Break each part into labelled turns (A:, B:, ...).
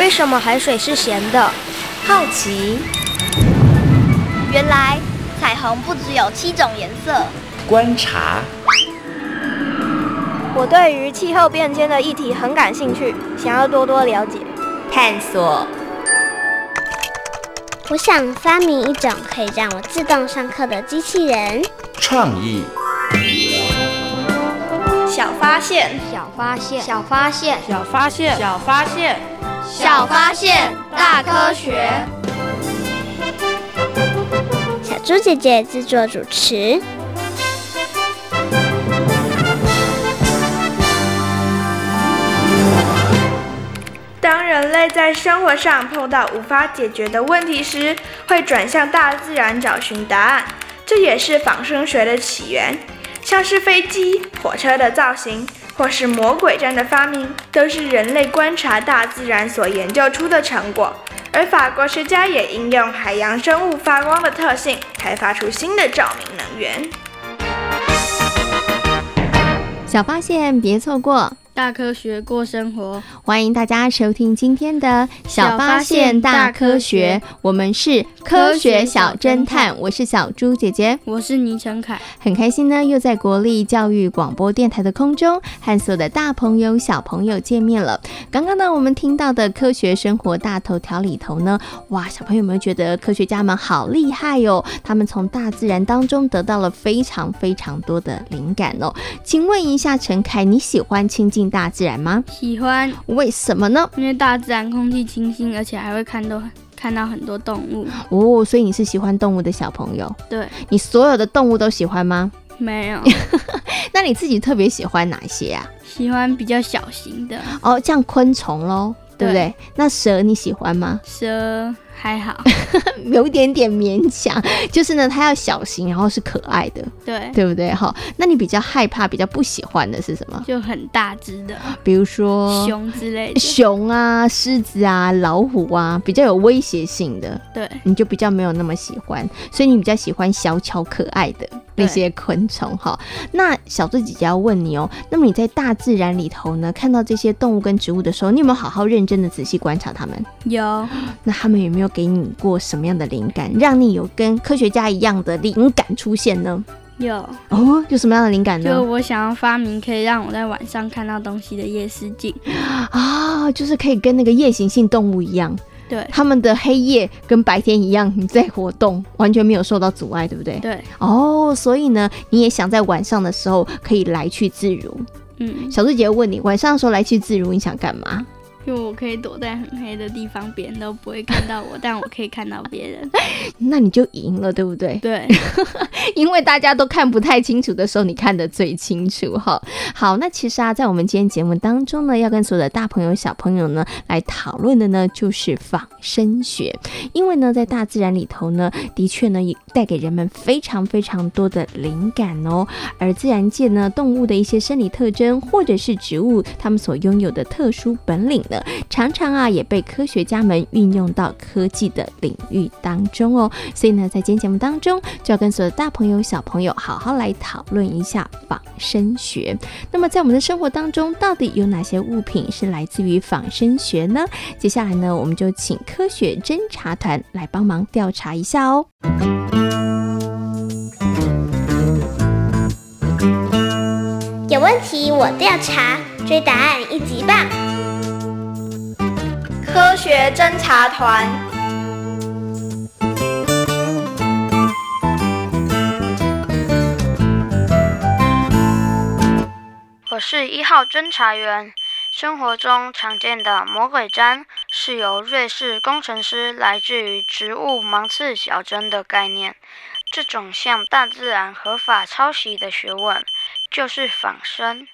A: 为什么海水是咸的？
B: 好奇。
C: 原来彩虹不只有7种颜色。
B: 观察。
A: 我对于气候变迁的议题很感兴趣，想要多多了解。
B: 探索。
D: 我想发明一种可以让我自动上课的机器人。
B: 创意。
C: 小发现，
A: 小发现，
E: 小发现，
F: 小发现，
E: 小发现，
C: 小发现，大科学。
D: 小猪姐姐制作主持。
G: 当人类在生活上碰到无法解决的问题时，会转向大自然找寻答案，这也是仿生学的起源。像是飞机、火车的造型，或是魔鬼毡的发明，都是人类观察大自然所研究出的成果。而法国学家也应用海洋生物发光的特性，开发出新的照明能源。
H: 小发现别错过，
E: 大科学过生活，
H: 欢迎大家收听今天的小发现大科学，我们是科学小侦探，我是小猪姐姐，
E: 我是倪晨凯，
H: 很开心呢，又在国立教育广播电台的空中和所有的大朋友小朋友见面了。刚刚呢，我们听到的科学生活大头条里头呢，哇，小朋友有没有觉得科学家们好厉害哦？他们从大自然当中得到了非常非常多的灵感哦。请问一下陈凯，你喜欢亲近大自然吗？
E: 喜欢。
H: 为什么呢？
E: 因为大自然空气清新，而且还会看到很多动物
H: 哦，所以你是喜欢动物的小朋友。
E: 对，
H: 你所有的动物都喜欢吗？
E: 没有。
H: 那你自己特别喜欢哪一些啊？
E: 喜欢比较小型的
H: 哦，像昆虫咯，对不对？那蛇你喜欢吗？
E: 蛇还好。
H: 有一点点勉强，就是呢它要小型然后是可爱的，对不对？好，那你比较害怕比较不喜欢的是什么？
E: 就很大只的，
H: 比如说
E: 熊之类的，
H: 熊啊、狮子啊、老虎啊，比较有威胁性的，
E: 对，
H: 你就比较没有那么喜欢，所以你比较喜欢小巧可爱的那些昆虫哈。那小猪姐姐要问你哦，那么你在大自然里头呢，看到这些动物跟植物的时候，你有没有好好认真的仔细观察它们？
E: 有。
H: 那他们有没有给你过什么样的灵感，让你有跟科学家一样的灵感出现呢？
E: 有。
H: 哦，有什么样的灵感呢？
E: 就我想要发明可以让我在晚上看到东西的夜视镜
H: 啊，就是可以跟那个夜行性动物一样，
E: 对，
H: 他们的黑夜跟白天一样，你在活动，完全没有受到阻碍，对不对？
E: 对。
H: 哦，所以呢，你也想在晚上的时候可以来去自如。小猪姐姐问你，晚上的时候来去自如，你想干嘛？
E: 因为我可以躲在很黑的地方，别人都不会看到我，但我可以看到别人。
H: 那你就赢了，对不对？
E: 对。
H: 因为大家都看不太清楚的时候，你看得最清楚哈。好，那其实啊，在我们今天节目当中呢，要跟所有的大朋友小朋友呢来讨论的呢，就是仿生学。因为呢，在大自然里头呢，的确呢，也带给人们非常非常多的灵感哦。而自然界呢，动物的一些生理特征，或者是植物它们所拥有的特殊本领呢，常常啊也被科学家们运用到科技的领域当中哦。所以呢，在今天节目当中，就要跟所有的大朋友小朋友好好来讨论一下仿生学。那么在我们的生活当中，到底有哪些物品是来自于仿生学呢？接下来呢，我们就请科学侦查团来帮忙调查一下哦。
D: 有问题我调查，追答案一级棒。
C: 科学侦查团。
A: 我是1号侦查员。生活中常见的魔鬼毡是由瑞士工程师来自于植物芒刺小针的概念。这种向大自然合法抄袭的学问，就是仿生。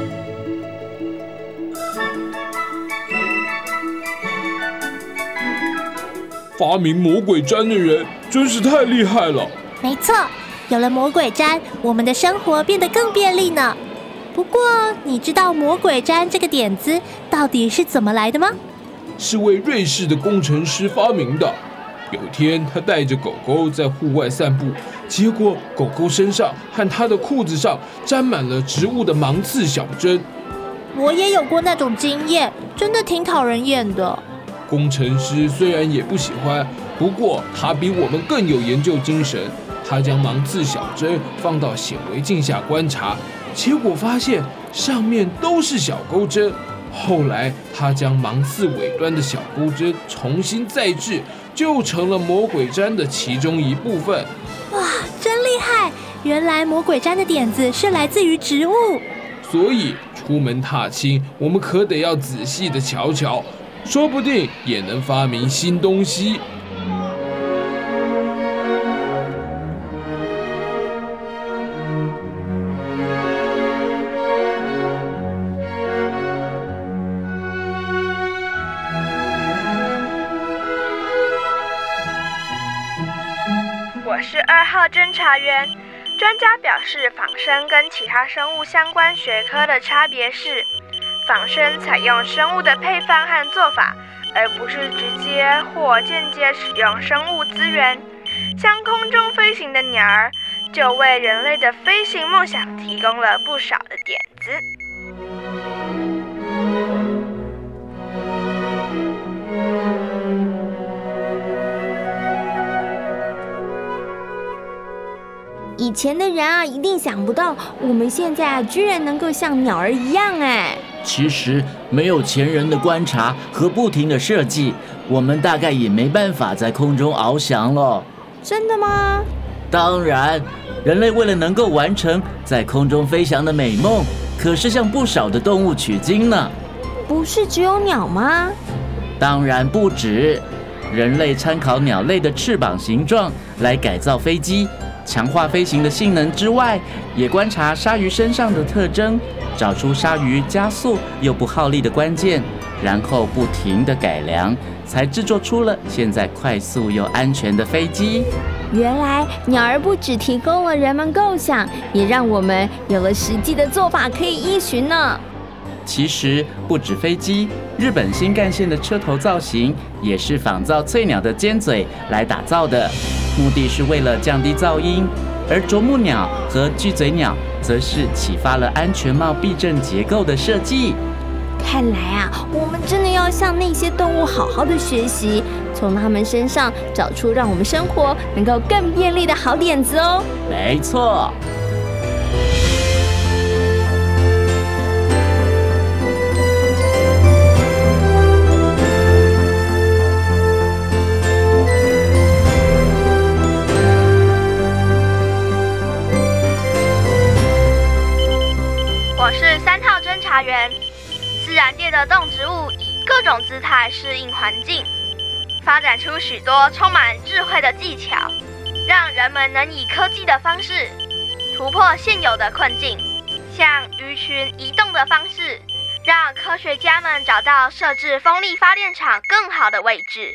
I: 发明魔鬼毡的人真是太厉害了。
J: 没错，有了魔鬼毡，我们的生活变得更便利呢。不过，你知道魔鬼毡这个点子到底是怎么来的吗？
I: 是位瑞士的工程师发明的。有天，他带着狗狗在户外散步，结果狗狗身上和他的裤子上沾满了植物的芒刺小针。
J: 我也有过那种经验，真的挺讨人厌的。
I: 工程师虽然也不喜欢，不过他比我们更有研究精神。他将芒刺小针放到显微镜下观察，结果发现上面都是小钩针。后来他将芒刺尾端的小钩针重新再制，就成了魔鬼毡的其中一部分。
J: 哇，真厉害！原来魔鬼毡的点子是来自于植物。
I: 所以出门踏青，我们可得要仔细的瞧瞧，说不定也能发明新东西。
G: 我是2号侦查员。专家表示，仿生跟其他生物相关学科的差别是，仿生采用生物的配方和做法，而不是直接或间接使用生物资源。像空中飞行的鸟儿，就为人类的飞行梦想提供了不少的点子。
H: 以前的人啊，一定想不到我们现在啊，居然能够像鸟儿一样哎。
F: 其实没有前人的观察和不停的设计，我们大概也没办法在空中翱翔了。
H: 真的吗？
F: 当然，人类为了能够完成在空中飞翔的美梦，可是向不少的动物取经呢。
H: 不是只有鸟吗？
F: 当然不止，人类参考鸟类的翅膀形状来改造飞机，强化飞行的性能之外，也观察鲨鱼身上的特征，找出鲨鱼加速又不耗力的关键，然后不停地改良，才制作出了现在快速又安全的飞机。
H: 原来鸟儿不只提供了人们构想，也让我们有了实际的做法可以依循呢。
F: 其实不止飞机，日本新干线的车头造型也是仿造翠鸟的尖嘴来打造的，目的是为了降低噪音。而啄木鸟和巨嘴鸟则是启发了安全帽避震结构的设计。
H: 看来啊，我们真的要向那些动物好好的学习，从它们身上找出让我们生活能够更便利的好点子哦。
F: 没错。
A: 我是3号侦查员。自然界的动植物以各种姿态适应环境，发展出许多充满智慧的技巧，让人们能以科技的方式突破现有的困境。像鱼群移动的方式，让科学家们找到设置风力发电厂更好的位置。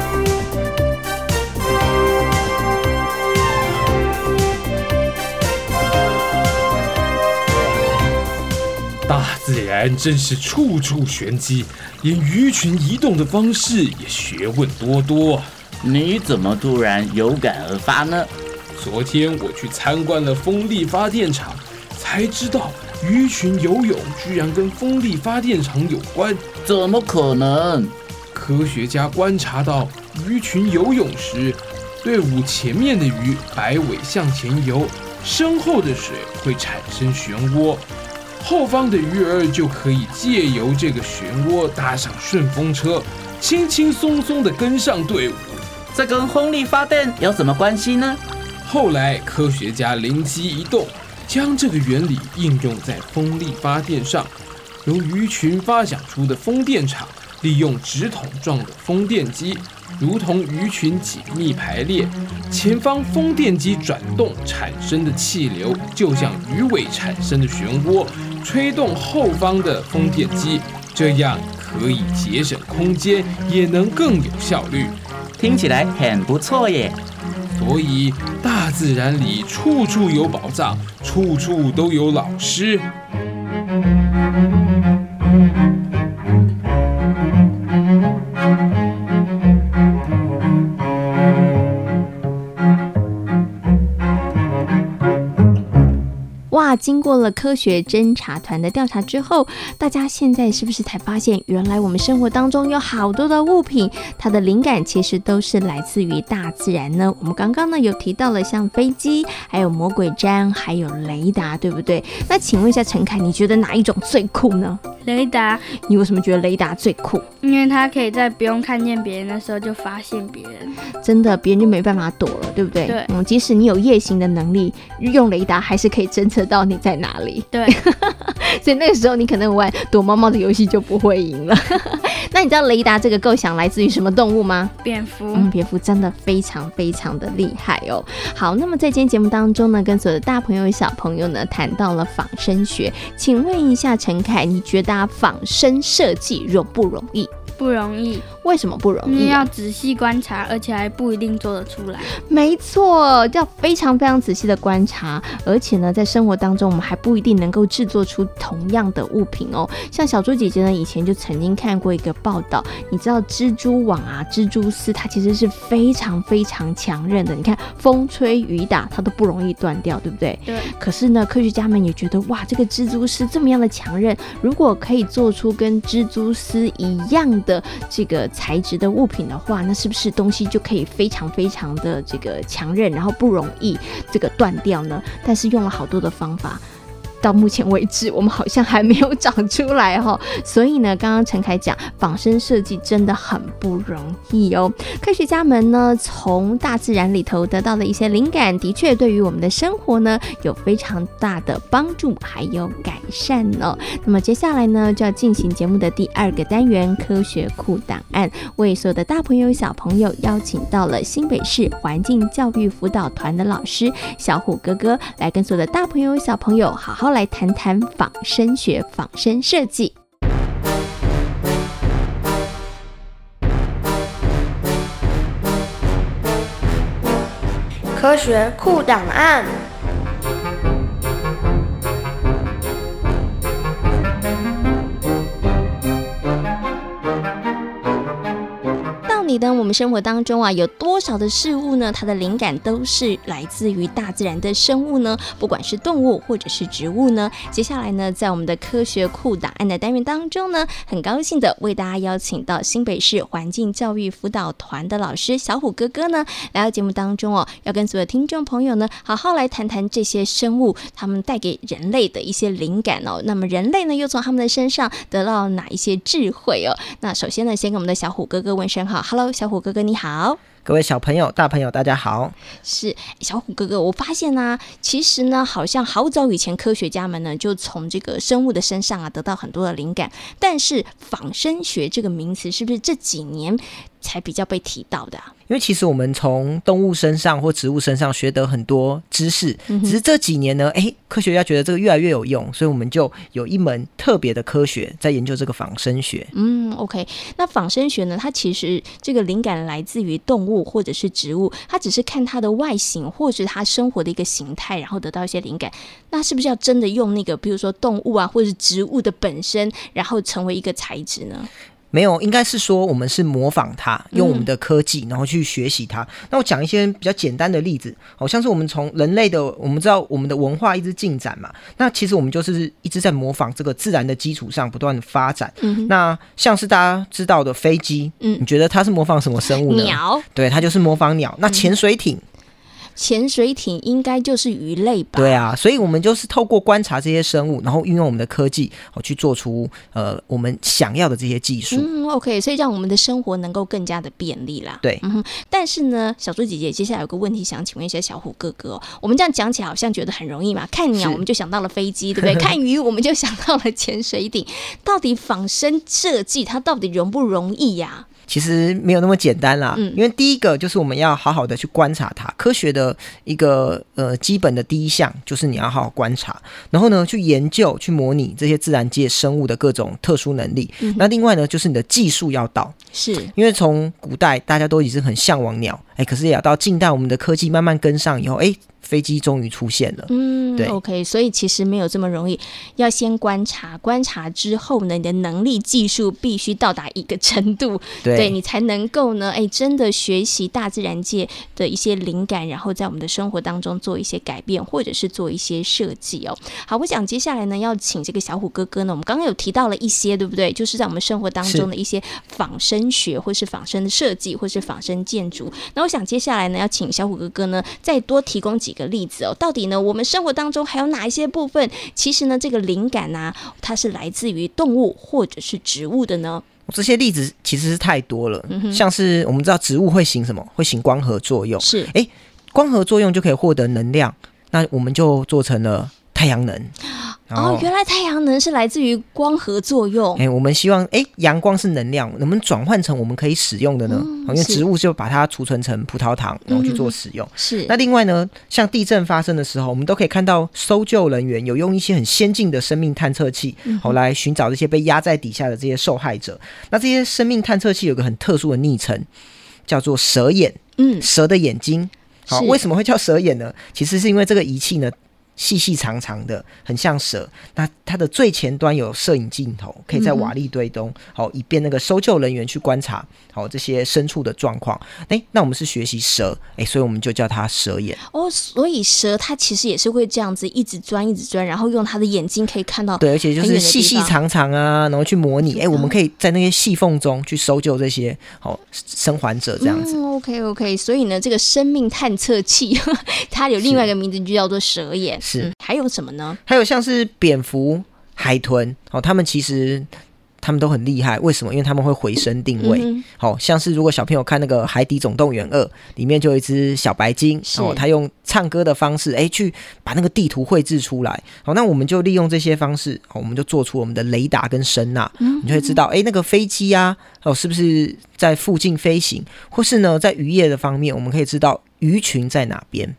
I: 大自然真是处处玄机，连鱼群移动的方式也学问多多。
F: 你怎么突然有感而发呢？
I: 昨天我去参观了风力发电厂，才知道鱼群游泳居然跟风力发电厂有关。
F: 怎么可能？
I: 科学家观察到，鱼群游泳时，队伍前面的鱼摆尾向前游，身后的水会产生漩涡，后方的鱼儿就可以借由这个漩涡搭上顺风车，轻轻松松地跟上队伍。
F: 这跟风力发电有什么关系呢？
I: 后来科学家灵机一动，将这个原理应用在风力发电上，由鱼群发想出的风电场，利用直筒状的风电机，如同鱼群紧密排列，前方风电机转动产生的气流，就像鱼尾产生的漩涡，吹动后方的风电机，这样可以节省空间，也能更有效率。
F: 听起来很不错耶。
I: 所以大自然里处处有宝藏，处处都有老师。
H: 哇， 经过了科学侦察团的调查之后，大家现在是不是才发现，原来我们生活当中有好多的物品，它的灵感其实都是来自于大自然呢？我们刚刚呢有提到了像飞机，还有魔鬼毡，还有雷达，对不对？那请问一下陈凯，你觉得哪一种最酷呢？
E: 雷达。
H: 你为什么觉得雷达最酷？
E: 因为它可以在不用看见别人的时候就发现别人，
H: 真的别人就没办法躲了，对不对？
E: 对。
H: 即使你有夜行的能力，用雷达还是可以侦测到你在哪里。
E: 对。
H: 所以那个时候你可能玩躲猫猫的游戏就不会赢了。那你知道雷达这个构想来自于什么动物吗？
E: 蝙蝠。
H: 蝙蝠真的非常非常的厉害哦。好，那么在今天节目当中呢，跟所有的大朋友小朋友呢谈到了仿生学，请问一下陈凯，你觉得仿生设计容不容易？
E: 不容易。
H: 为什么不容易？
E: 因为要仔细观察，而且还不一定做得出来。
H: 没错，要非常非常仔细的观察，而且呢，在生活当中我们还不一定能够制作出同样的物品哦。像小猪姐姐呢，以前就曾经看过一个报道，你知道蜘蛛网啊、蜘蛛丝，它其实是非常非常强韧的。你看风吹雨打，它都不容易断掉，对不对？
E: 对。
H: 可是呢，科学家们也觉得，哇，这个蜘蛛丝这么样的强韧，如果可以做出跟蜘蛛丝一样的这个材质的物品的话，那是不是东西就可以非常非常的这个强韧，然后不容易这个断掉呢？但是用了好多的方法，到目前为止我们好像还没有长出来哦。所以呢，刚刚陈凯讲仿生设计真的很不容易哦。科学家们呢从大自然里头得到的一些灵感，的确对于我们的生活呢有非常大的帮助还有改善哦。那么接下来呢就要进行节目的第2个单元科学库档案，为所有的大朋友小朋友邀请到了新北市环境教育辅导团的老师小虎哥哥，来跟所有的大朋友小朋友好好来谈谈仿生学、仿生设计。
G: 科学库档案。
H: 到底呢，我们生活当中啊，有多少的事物呢？它的灵感都是来自于大自然的生物呢？不管是动物或者是植物呢？接下来呢，在我们的科学库档案的单元当中呢，很高兴的为大家邀请到新北市环境教育辅导团的老师小虎哥哥呢，来到节目当中哦，要跟所有听众朋友呢，好好来谈谈这些生物他们带给人类的一些灵感哦。那么人类呢，又从他们的身上得到哪一些智慧哦？那首先呢，先跟我们的小虎哥哥问声好 ，Hello， 小虎哥哥你好。
K: 各位小朋友、大朋友，大家好。
H: 是小虎哥哥，我发现啊，其实呢，好像好早以前科学家们呢，就从这个生物的身上啊，得到很多的灵感。但是仿生学这个名词，是不是这几年才比较被提到的啊？
K: 因为其实我们从动物身上或植物身上学得很多知识，只是这几年呢，科学家觉得这个越来越有用，所以我们就有一门特别的科学在研究这个仿生学。
H: OK， 那仿生学呢，它其实这个灵感来自于动物或者是植物，它只是看它的外形或者它生活的一个形态，然后得到一些灵感。那是不是要真的用那个，比如说动物啊，或者是植物的本身，然后成为一个材质呢？
K: 没有，应该是说我们是模仿它，用我们的科技然后去学习它。那我讲一些比较简单的例子，好像是我们从人类的，我们知道我们的文化一直进展嘛，那其实我们就是一直在模仿这个自然的基础上不断的发展。那像是大家知道的飞机，你觉得它是模仿什么生物呢？
H: 鸟。
K: 对，它就是模仿鸟。那潜水艇，
H: 潜水艇应该就是鱼类吧？
K: 对啊，所以我们就是透过观察这些生物，然后运用我们的科技去做出我们想要的这些技术。
H: OK， 所以让我们的生活能够更加的便利啦。
K: 对，
H: 但是呢，小猪姐姐接下来有个问题想请问一下小虎哥哥哦。我们这样讲起来好像觉得很容易嘛，看鸟我们就想到了飞机，对不对？看鱼我们就想到了潜水艇。到底仿生设计它到底容不容易呀？
K: 其实没有那么简单啦，因为第一个就是我们要好好的去观察它，科学的一个基本的第一项就是你要好好观察，然后呢去研究、去模拟这些自然界生物的各种特殊能力。那另外呢，就是你的技术要到，
H: 是
K: 因为从古代大家都已经很向往鸟，可是也要到近代我们的科技慢慢跟上以后， 飞机终于出现了。对
H: OK， 所以其实没有这么容易，要先观察，观察之后呢，你的能力技术必须到达一个程度，对你才能够呢，真的学习大自然界的一些灵感，然后在我们的生活当中做一些改变，或者是做一些设计哦。好，我想接下来呢，要请这个小虎哥哥呢，我们刚刚有提到了一些，对不对？就是在我们生活当中的一些仿生学，或是仿生的设计，或是仿生建筑。那我想接下来呢，要请小虎哥哥呢，再多提供几个例子哦。到底呢，我们生活当中还有哪一些部分，其实呢，这个灵感啊，它是来自于动物或者是植物的呢？
K: 这些例子其实是太多了，像是我们知道植物会行什么？会行光合作用。是，光合作用就可以获得能量，那我们就做成了太阳能。
H: 原来太阳能是来自于光合作用。
K: 我们希望阳光是能量，能不能转换成我们可以使用的呢？因为植物就把它储存成葡萄糖，然后去做使用。是。那另外呢，像地震发生的时候，我们都可以看到搜救人员有用一些很先进的生命探测器，来寻找这些被压在底下的这些受害者。那这些生命探测器有个很特殊的昵称，叫做蛇眼。蛇的眼睛。好，为什么会叫蛇眼呢？其实是因为这个仪器呢，细细长长的，很像蛇。那它的最前端有摄影镜头，可以在瓦砾堆中，以便那个搜救人员去观察这些深处的状况。那我们是学习蛇，所以我们就叫它蛇眼。
H: 所以蛇它其实也是会这样子一直钻，然后用它的眼睛可以看到。对，
K: 而且就是细细长长啊，然后去模拟。我们可以在那些细缝中去搜救这些生还者，这样子。
H: OK， 所以呢，这个生命探测器它有另外一个名字，就叫做蛇眼。是，还有什么呢？
K: 还有像是蝙蝠、海豚，他们其实他们都很厉害。为什么？因为他们会回声定位。像是如果小朋友看那个《海底总动员2》，里面就有一只小白鲸，他用唱歌的方式，去把那个地图绘制出来。那我们就利用这些方式，我们就做出我们的雷达跟声呐，你就会知道，那个飞机啊，是不是在附近飞行，或是呢，在渔业的方面，我们可以知道鱼群在哪边。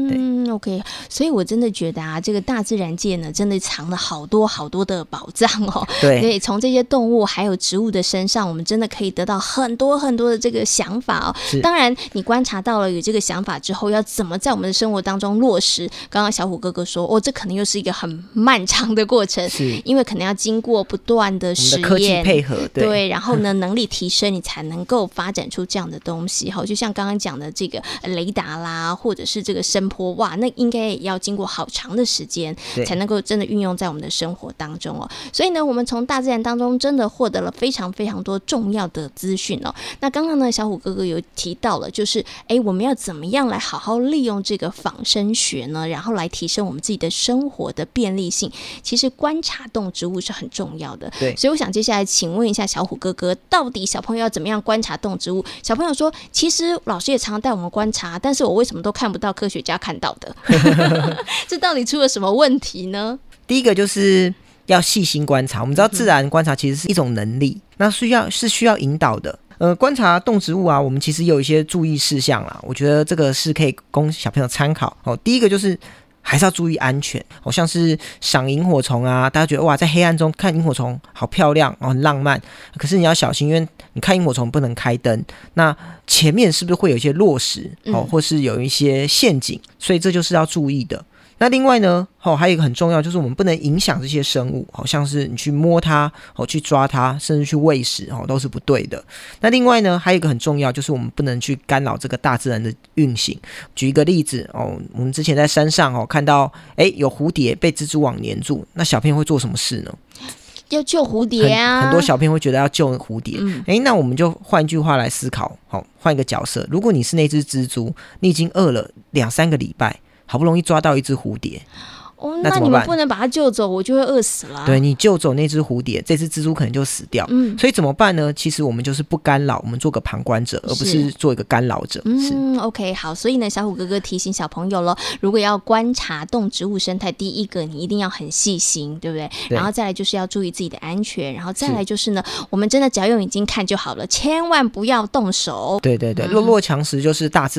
H: OK， 所以我真的觉得啊，这个大自然界呢，真的藏了好多好多的宝藏哦。对，从这些动物还有植物的身上，我们真的可以得到很多很多的这个想法哦。当然，你观察到了有这个想法之后，要怎么在我们的生活当中落实？刚刚小虎哥哥说，这可能又是一个很漫长的过程，因为可能要经过不断的实验、
K: 科技配合，
H: 对，然后呢，能力提升，你才能够发展出这样的东西。就像刚刚讲的这个雷达啦，或者是这个声波，哇，那应该也要经过好长的时间才能够真的运用在我们的生活当中哦。所以呢，我们从大自然当中真的获得了非常非常多重要的资讯哦。那刚刚呢，小虎哥哥有提到了，就是我们要怎么样来好好利用这个仿生学呢？然后来提升我们自己的生活的便利性。其实观察动植物是很重要的。对，所以我想接下来请问一下小虎哥哥，到底小朋友要怎么样观察动植物？小朋友说，其实老师也常常带我们观察，但是我为什么都看不到科学家看到的？这到底出了什么问题呢？
K: 第一个就是要细心观察。我们知道自然观察其实是一种能力，那需要引导的。观察动植物啊，我们其实有一些注意事项啦，我觉得这个是可以供小朋友参考。第一个就是还是要注意安全，像是赏萤火虫啊，大家觉得哇，在黑暗中看萤火虫好漂亮，很浪漫，可是你要小心，因为你看萤火虫不能开灯，那前面是不是会有一些落石，或是有一些陷阱，所以这就是要注意的。那另外呢，还有一个很重要，就是我们不能影响这些生物，好像是你去摸它，去抓它，甚至去喂食，都是不对的。那另外呢，还有一个很重要，就是我们不能去干扰这个大自然的运行。举一个例子，我们之前在山上看到有蝴蝶被蜘蛛网黏住，那小朋友会做什么事呢？
H: 要救蝴蝶啊！
K: 很多小朋友会觉得要救蝴蝶。那我们就换一句话来思考，换一个角色，如果你是那只蜘蛛，你已经饿了2-3个礼拜，好不容易抓到一只蝴蝶，
H: 那你们不能把它救走，我就会饿死了。
K: 对，你救走那只蝴蝶，这只蜘蛛可能就死掉。所以怎么办呢？其实我们就是不干扰，我们做个旁观者，而不是做一个干扰者。
H: OK， 好，所以呢，小虎哥哥提醒小朋友了，如果要观察动植物生态，第一个你一定要很细心，对不对？然后再来就是要注意自己的安全，然后再来就是呢，我们真的只要用眼睛看就好了，千万不要动手。
K: 对，弱肉强食就是大自然的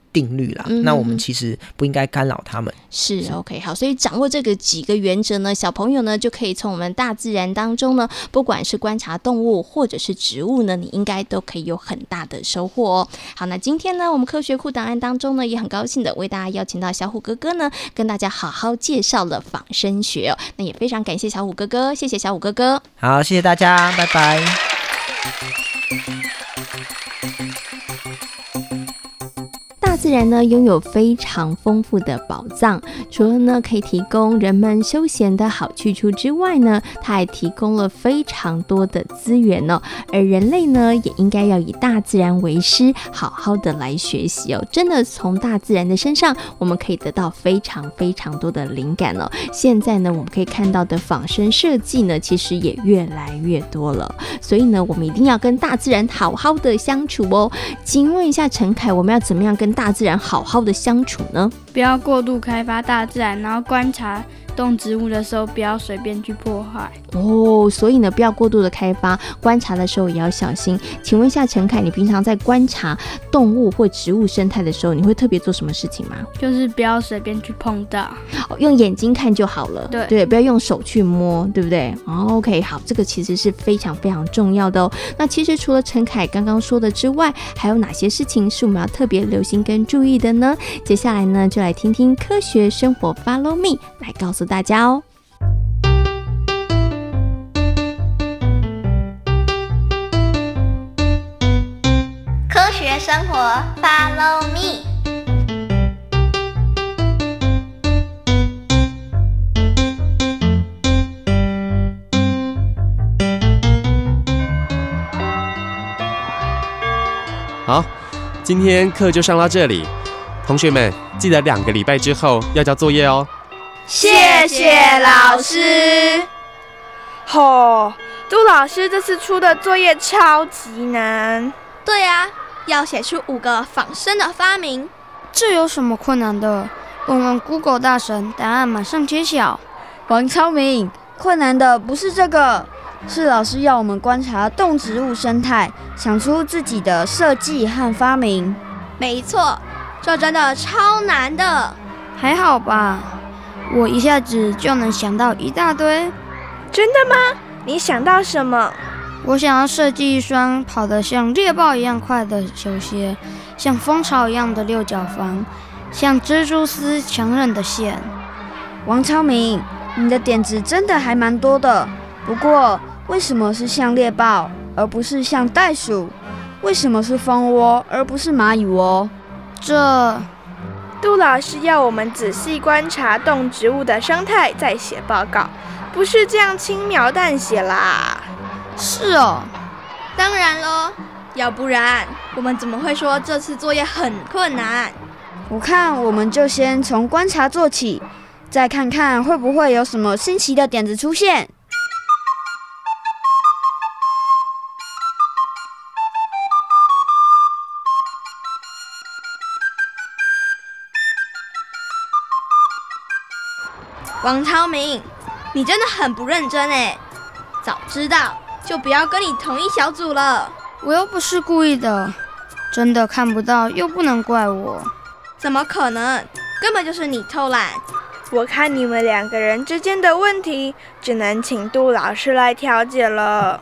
K: 定律啦。那我们其实不应该干扰他们。
H: 是 OK 好，所以掌握这个几个原则呢，小朋友呢就可以从我们大自然当中呢，不管是观察动物或者是植物呢，你应该都可以有很大的收获哦。好，那今天呢，我们科学库档案当中呢，也很高兴的为大家邀请到小虎哥哥呢，跟大家好好介绍了仿生学哦。那也非常感谢小虎哥哥，谢谢小虎哥哥。
K: 好，谢谢大家，拜拜。
H: 大自然呢拥有非常丰富的宝藏，除了呢可以提供人们休闲的好去处之外呢，它还提供了非常多的资源哦。而人类呢也应该要以大自然为师，好好的来学习哦。真的从大自然的身上，我们可以得到非常非常多的灵感哦。现在呢我们可以看到的仿生设计呢，其实也越来越多了。所以呢，我们一定要跟大自然好好的相处哦。请问一下陈凯，我们要怎么样跟大自然好好的相处呢？
E: 不要过度开发大自然，然后观察动植物的时候不要随便去破坏
H: 哦。所以呢，不要过度的开发，观察的时候也要小心。请问一下陈凯，你平常在观察动物或植物生态的时候，你会特别做什么事情吗？
E: 就是不要随便去碰到，
H: 用眼睛看就好了。对，不要用手去摸，对不对？OK， 好，这个其实是非常非常重要的哦。那其实除了陈凯刚刚说的之外，还有哪些事情是我们要特别留心跟注意的呢？接下来呢，就来听听科学生活 Follow Me 来告诉大家哦。
C: 科学生活 Follow Me。
L: 好，今天课就上到这里，同学们记得2个礼拜之后要交作业哦。
G: 谢谢老师。杜老师这次出的作业超级难。
C: 对啊，要写出5个仿生的发明。
A: 这有什么困难的？问问 Google 大神，答案马上揭晓。
M: 王超明，困难的不是这个，是老师要我们观察动植物生态，想出自己的设计和发明。
C: 没错，这真的超难的。
A: 还好吧，我一下子就能想到一大堆。
G: 真的吗？你想到什么？
A: 我想要设计一双跑得像猎豹一样快的球鞋，像蜂巢一样的6角房，像蜘蛛丝强韧的线。
M: 王超明，你的点子真的还蛮多的，不过为什么是像猎豹而不是像袋鼠？为什么是蜂窝而不是蚂蚁窝？
G: 杜老师要我们仔细观察动植物的生态再写报告，不是这样轻描淡写啦。
A: 是哦，
C: 当然咯，要不然我们怎么会说这次作业很困难？
M: 我看我们就先从观察做起，再看看会不会有什么新奇的点子出现。
C: 王超明，你真的很不认真耶，早知道就不要跟你同一小组了。
A: 我又不是故意的，真的看不到又不能怪我。
C: 怎么可能？根本就是你偷懒。
G: 我看你们2个人之间的问题，只能请杜老师来调解了。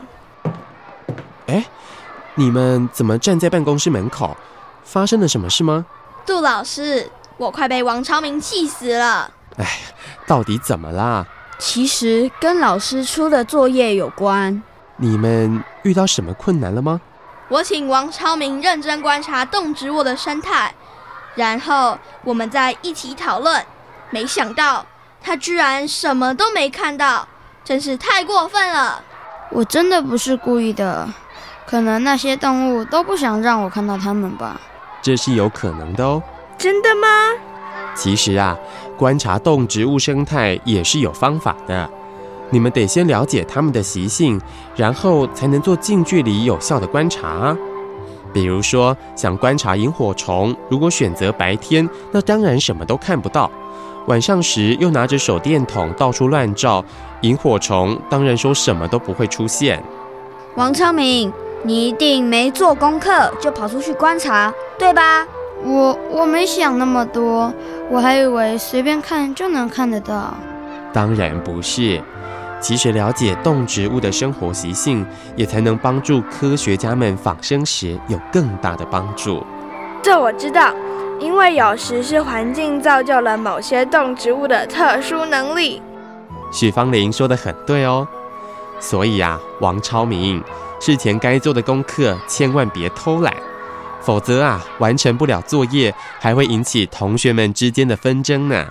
L: 你们怎么站在办公室门口？发生了什么事吗？
C: 杜老师，我快被王超明气死了。
L: 到底怎么啦？
M: 其实跟老师出的作业有关。
L: 你们遇到什么困难了吗？
C: 我请王超明认真观察动植物的生态，然后我们再一起讨论。没想到他居然什么都没看到，真是太过分了。
A: 我真的不是故意的，可能那些动物都不想让我看到它们吧。
L: 这是有可能的哦。
G: 真的吗？
L: 其实啊，观察动植物生态也是有方法的。你们得先了解它们的习性，然后才能做近距离有效的观察。比如说，想观察萤火虫，如果选择白天，那当然什么都看不到。晚上时又拿着手电筒到处乱照，萤火虫当然说什么都不会出现。
M: 王超明，你一定没做功课就跑出去观察，对吧？
A: 我没想那么多，我还以为随便看就能看得到。
L: 当然不是，其实了解动植物的生活习性，也才能帮助科学家们仿生时有更大的帮助。
G: 这我知道，因为有时是环境造就了某些动植物的特殊能力。
L: 许芳玲说得很对哦，所以啊，王超明，事前该做的功课千万别偷懒，否则啊，完成不了作业，还会引起同学们之间的纷争呢。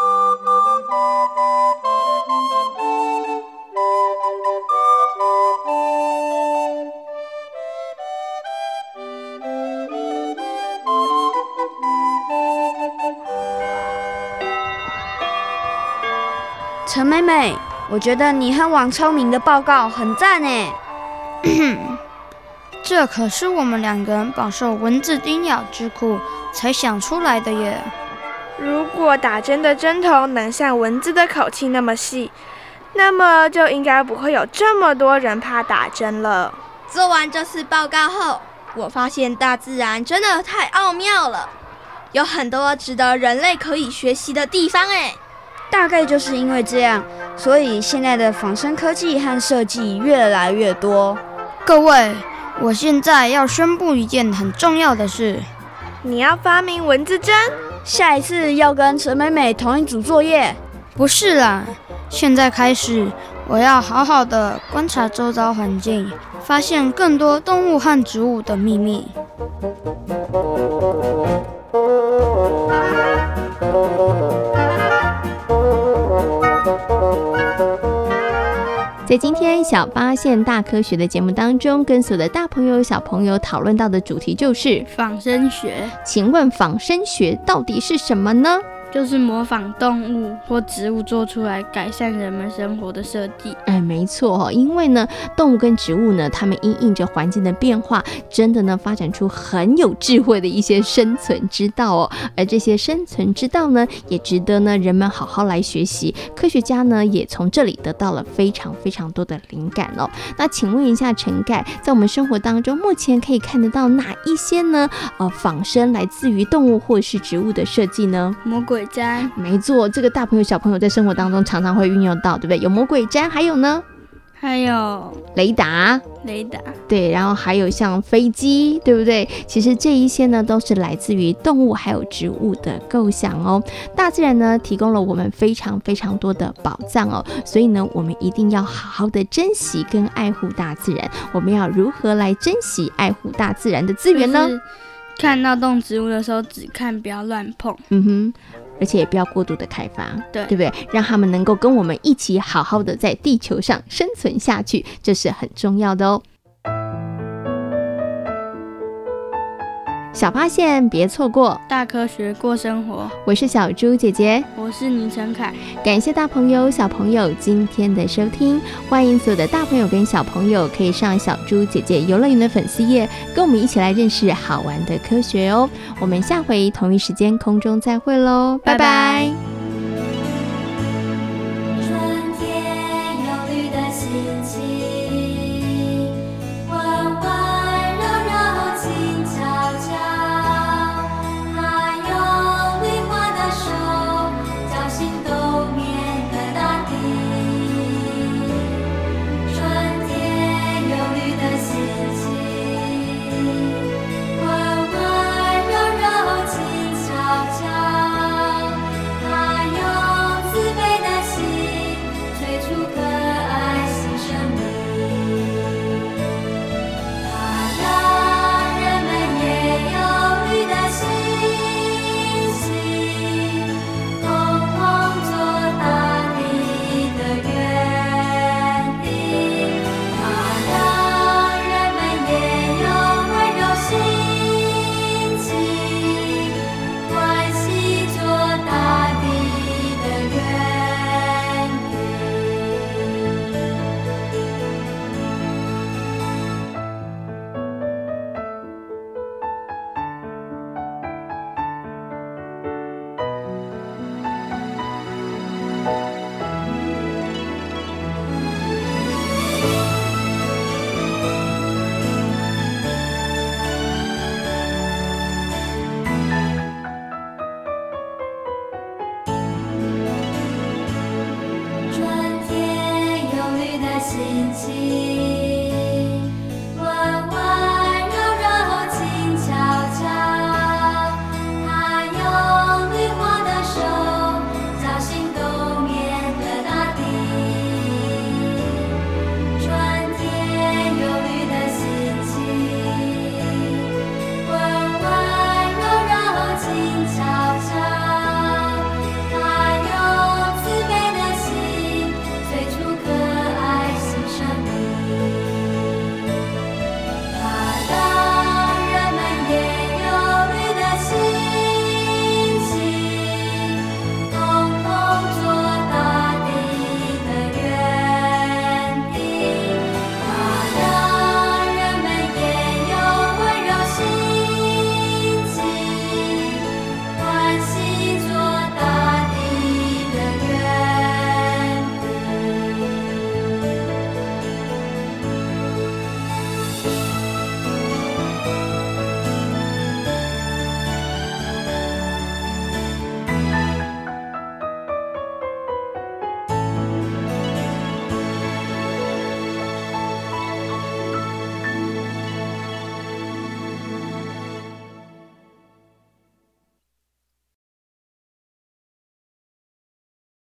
M: 陈美美，我觉得你和王超明的报告很赞诶。
A: 这可是我们2个人饱受蚊子叮咬之苦才想出来的耶。
G: 如果打针的针头能像蚊子的口气那么细，那么就应该不会有这么多人怕打针了。
C: 做完这次报告后，我发现大自然真的太奥妙了，有很多值得人类可以学习的地方诶。
M: 大概就是因为这样，所以现在的仿生科技和设计越来越多。
A: 各位，我现在要宣布一件很重要的事。
G: 你要发明蚊子针？
M: 下一次要跟陈美美同一组作业？
A: 不是啦，现在开始，我要好好的观察周遭环境，发现更多动物和植物的秘密。
H: 在今天小发现大科学的节目当中，跟所有的大朋友小朋友讨论到的主题就是
E: 仿生学。
H: 请问仿生学到底是什么呢？
E: 就是模仿动物或植物做出来改善人们生活的设计。
H: 没错，因为呢，动物跟植物呢，它们因应着环境的变化，真的呢发展出很有智慧的一些生存之道哦。而这些生存之道呢，也值得呢人们好好来学习。科学家呢也从这里得到了非常非常多的灵感哦。那请问一下陈盖，在我们生活当中，目前可以看得到哪一些呢仿生来自于动物或是植物的设计呢？
E: 魔鬼毡。
H: 没错，这个大朋友小朋友在生活当中常常会运用到，对不对？有魔鬼毡，还有呢？
E: 还有
H: 雷达，对，然后还有像飞机，对不对？其实这一些呢，都是来自于动物还有植物的构想哦。大自然呢，提供了我们非常非常多的宝藏哦，所以呢，我们一定要好好的珍惜跟爱护大自然。我们要如何来珍惜爱护大自然的资源呢？
E: 看到动植物的时候，只看，不要乱碰。
H: 而且也不要过度的开发，
E: 对
H: 不对？让他们能够跟我们一起好好的在地球上生存下去，这是很重要的哦。小发现别错过，
E: 大科学过生活。
H: 我是小猪姐姐，
E: 我是倪晨凯。
H: 感谢大朋友小朋友今天的收听，欢迎所有的大朋友跟小朋友可以上小猪姐姐游乐园的粉丝页，跟我们一起来认识好玩的科学哦。我们下回同一时间空中再会咯，拜拜。
N: 春天有绿的四季。